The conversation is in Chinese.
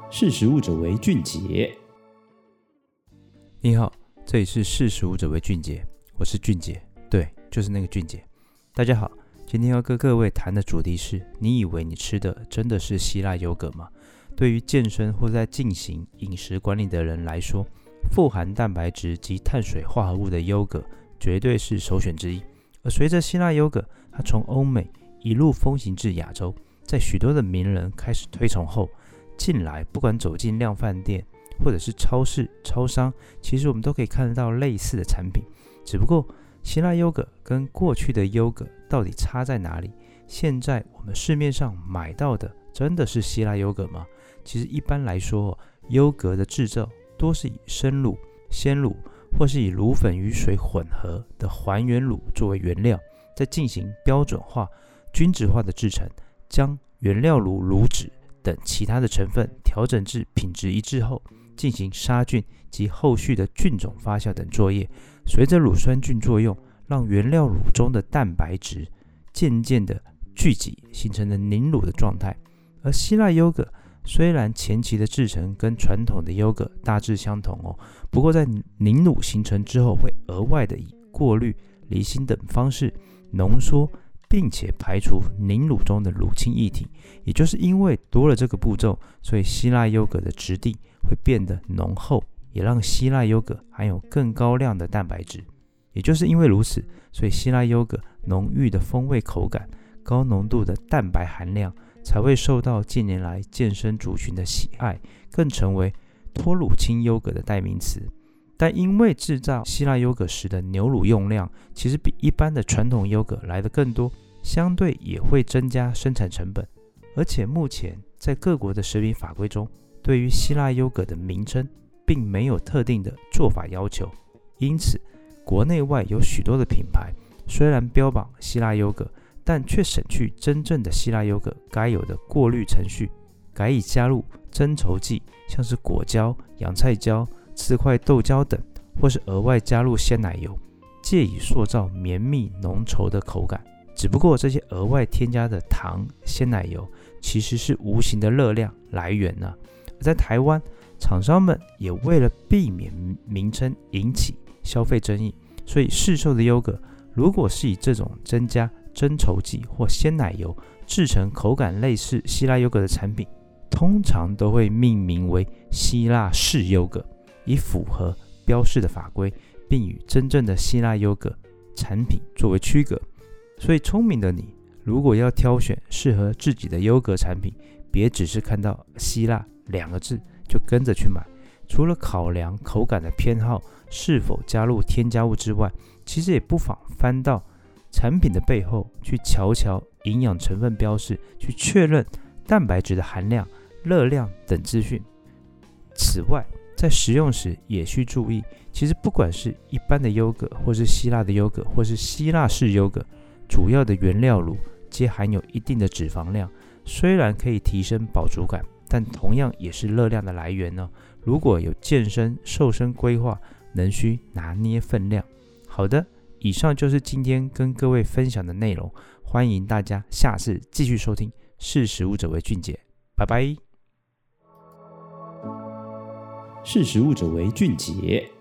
识时务者为俊杰。 你好，这里是识时务者为俊杰，我是俊杰，对，就是那个俊杰。大家好，今天要跟各位谈的主题是：你以为你吃的真的是希腊优格吗？对于健身或在进行饮食管理的人来说，富含蛋白质及碳水化合物的优格绝对是首选之一。而随着希腊优格它从欧美一路风行至亚洲，在许多的名人开始推崇后，近来不管走进量贩店或者是超市、超商，其实我们都可以看得到类似的产品。只不过希腊优格跟过去的优格到底差在哪里？现在我们市面上买到的真的是希腊优格吗？其实一般来说，优格的制造多是以生乳、鲜乳或是以乳粉与水混合的还原乳作为原料，再进行标准化、均质化的制成，将原料如乳脂等其他的成分调整至品质一致后，进行杀菌及后续的菌种发酵等作业。随着乳酸菌作用，让原料乳中的蛋白质渐渐的聚集，形成了凝乳的状态。而希腊优格虽然前期的制成跟传统的优格大致相同不过在凝乳形成之后，会额外的以过滤、离心等方式浓缩，并且排除凝乳中的乳清液体。也就是因为多了这个步骤，所以希腊优格的质地会变得浓厚，也让希腊优格含有更高量的蛋白质。也就是因为如此，所以希腊优格浓郁的风味口感、高浓度的蛋白含量，才会受到近年来健身族群的喜爱，更成为脱乳清优格的代名词。但因为制造希腊优格时的牛乳用量其实比一般的传统优格来得更多，相对也会增加生产成本。而且目前在各国的食品法规中，对于希腊优格的名称并没有特定的做法要求，因此国内外有许多的品牌虽然标榜希腊优格，但却省去真正的希腊优格该有的过滤程序，改以加入增稠剂，像是果胶、洋菜胶、刺块豆胶等，或是额外加入鲜奶油，借以塑造绵密浓稠的口感。只不过这些额外添加的糖、鲜奶油其实是无形的热量来源而在台湾，厂商们也为了避免名称引起消费争议，所以市售的优格如果是以这种增加增稠剂或鲜奶油制成口感类似希腊优格的产品，通常都会命名为希腊式优格，以符合标示的法规，并与真正的希腊优格产品作为区隔。所以聪明的你，如果要挑选适合自己的优格产品，别只是看到希腊2个字就跟着去买。除了考量口感的偏好是否加入添加物之外，其实也不妨翻到产品的背后去瞧瞧营养成分标示，去确认蛋白质的含量、热量等资讯。此外，在食用时也需注意，其实不管是一般的优格，或是希腊的优格，或是希腊式优格，主要的原料乳皆含有一定的脂肪量，虽然可以提升饱足感，但同样也是热量的来源如果有健身、瘦身规划，能需拿捏分量。好的，以上就是今天跟各位分享的内容，欢迎大家下次继续收听。识时务者为俊杰，拜拜。 识时务者为俊杰。